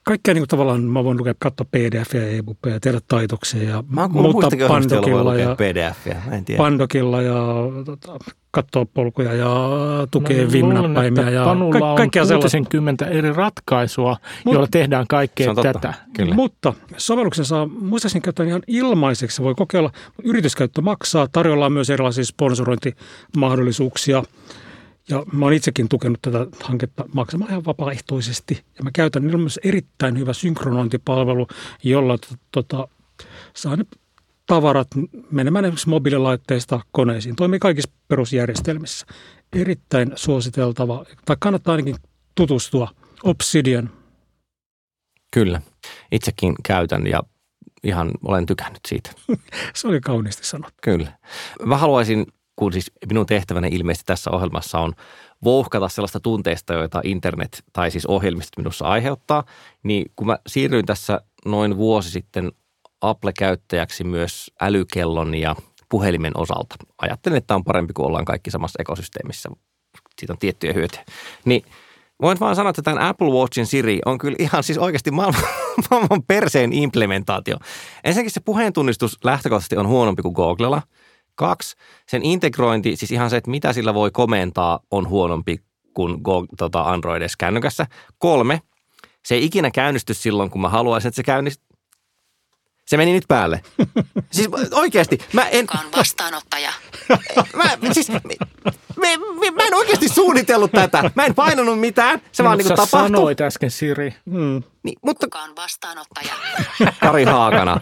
kaikkea niin kuin tavallaan mä voin lukea, katsoa P D F ja e-bookia ja tehdä taitoksia ja muuttaa Pandokilla ja P D F, mä en tiedä. Pandokilla ja tota, katsoa polkuja ja tukea no, Vim-näppäimiä ja Panulla ka- on kaikkea sellaista. kuusikymmentä eri ratkaisua, Mut, joilla tehdään kaikkea tätä. Kyllä. Mutta sovelluksen saa muistaakseni käyttää ihan ilmaiseksi. Voi kokeilla. Yrityskäyttö maksaa. Tarjolla on myös erilaisia sponsorointimahdollisuuksia. Ja mä oon itsekin tukenut tätä hanketta maksamalla ihan vapaaehtoisesti. Ja mä käytän, niillä on myös erittäin hyvä synkronointipalvelu, jolla tota, saa ne tavarat menemään esimerkiksi mobiililaitteista koneisiin. Toimii kaikissa perusjärjestelmissä. Erittäin suositeltava, tai kannattaa ainakin tutustua. Obsidian. Kyllä. Itsekin käytän ja ihan olen tykännyt siitä. Se oli kauniisti sanottu. Kyllä. Mä haluaisin, kun siis minun tehtäväni ilmeisesti tässä ohjelmassa on vouhkata sellaista tunteista, joita internet tai siis ohjelmistot minussa aiheuttaa, niin kun mä siirryin tässä noin vuosi sitten Apple-käyttäjäksi myös älykellon ja puhelimen osalta. Ajattelin, että on parempi, kun ollaan kaikki samassa ekosysteemissä. Siitä on tiettyjä hyötyjä. Niin voin vaan sanoa, että tämän Apple Watchin Siri on kyllä ihan siis oikeasti maailman, maailman perseen implementaatio. Ensinnäkin se puheentunnistus lähtökohtaisesti on huonompi kuin Googlella. Kaksi, sen integrointi, siis ihan se, että mitä sillä voi komentaa, on huonompi kuin Go, tota Androidissa kännykässä. Kolme, se ei ikinä käynnisty silloin, kun mä haluaisin, että se käynnistyy. Se meni nyt päälle. Siis oikeasti, mä en... Kuka on vastaanottaja? Mä, siis, mä, mä, mä en oikeasti suunnitellut tätä. Mä en painanut mitään. Se vaan niin kuin tapahtui. Sä sanoit äsken, Siri. Hmm. Niin, mutta... Kuka on vastaanottaja? Kari Haakana.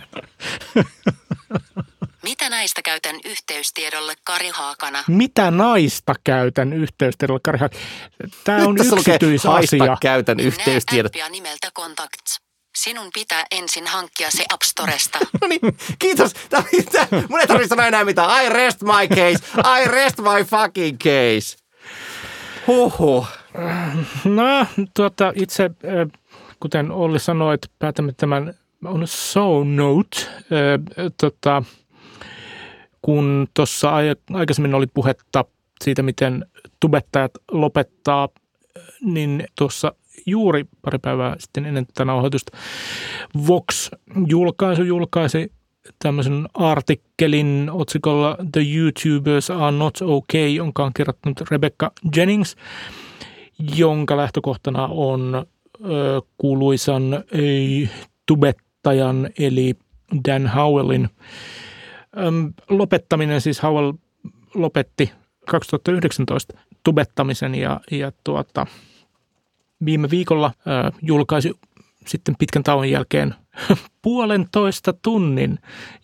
Mitä näistä käytän yhteystiedolle Kari Haakana? Mitä naista käytän yhteystiedolle Kari Haakana? Tämä on tässä yksityisasia. Haista käytän yhteystiedot. Näe appia nimeltä Contacts. Sinun pitää ensin hankkia se App Storesta. No niin, kiitos. Tämä, tämä, mun ei tarvitse sanoa enää mitään. I rest my case. I rest my fucking case. Huhhuh. No, tuota, itse, kuten Olli sanoi, että päätämme tämän on so note. Tota, kun tuossa aikaisemmin oli puhetta siitä, miten tubettajat lopettaa, niin tuossa juuri pari päivää sitten ennen tätä nauhoitusta Vox-julkaisu julkaisi tämmöisen artikkelin otsikolla The YouTubers are not okay, jonka on kirjoittanut Rebecca Jennings, jonka lähtökohtana on ö, kuuluisan ö, tubettajan eli Dan Howellin ö, lopettaminen. Siis Howell lopetti kaksituhattayhdeksäntoista tubettamisen ja, ja tuota, viime viikolla äh, julkaisi sitten pitkän tauon jälkeen puolentoista tunnin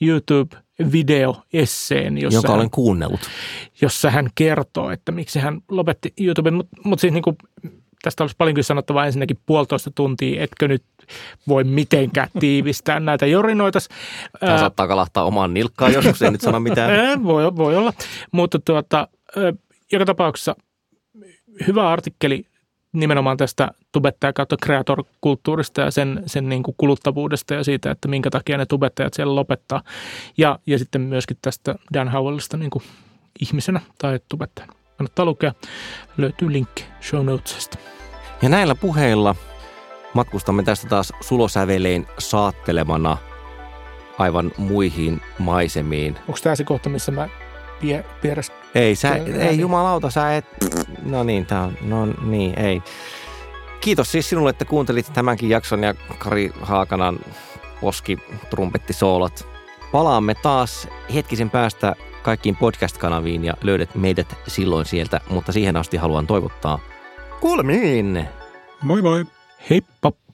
YouTube-videoesseen, jossa jonka hän, olen kuunnellut. Jossa hän kertoo, että miksi hän lopetti YouTuben, mutta mut siis niin kuin, tästä olisi paljonkin sanottavaa ensinnäkin puolitoista tuntia, etkö nyt voi mitenkään tiivistää näitä jorinoita. Tämä saattaa kalahtaa omaan nilkkaan joskus, ei nyt sano mitään. voi, voi olla, mutta tuota, joka tapauksessa hyvä artikkeli nimenomaan tästä tubettaja kautta kreator-kulttuurista ja sen, sen niin kuin kuluttavuudesta ja siitä, että minkä takia ne tubettajat siellä lopettaa. Ja, ja sitten myöskin tästä Dan Howellista niin kuin ihmisenä tai tubettajana. Kannattaa lukea. Löytyy linkki show notesista. Ja näillä puheilla matkustamme tästä taas sulosävelein saattelemana aivan muihin maisemiin. Onko tämä se kohta, missä mä pie, pieräs... Ei, sä, ei jumalauta, sä et... No niin, tää on, no niin, ei. Kiitos siis sinulle, että kuuntelit tämänkin jakson ja Kari Haakanan poskitrompettisoolot. Palaamme taas hetkisen päästä kaikkiin podcast-kanaviin ja löydät meidät silloin sieltä, mutta siihen asti haluan toivottaa kuulemiin. Moi moi. Heippa.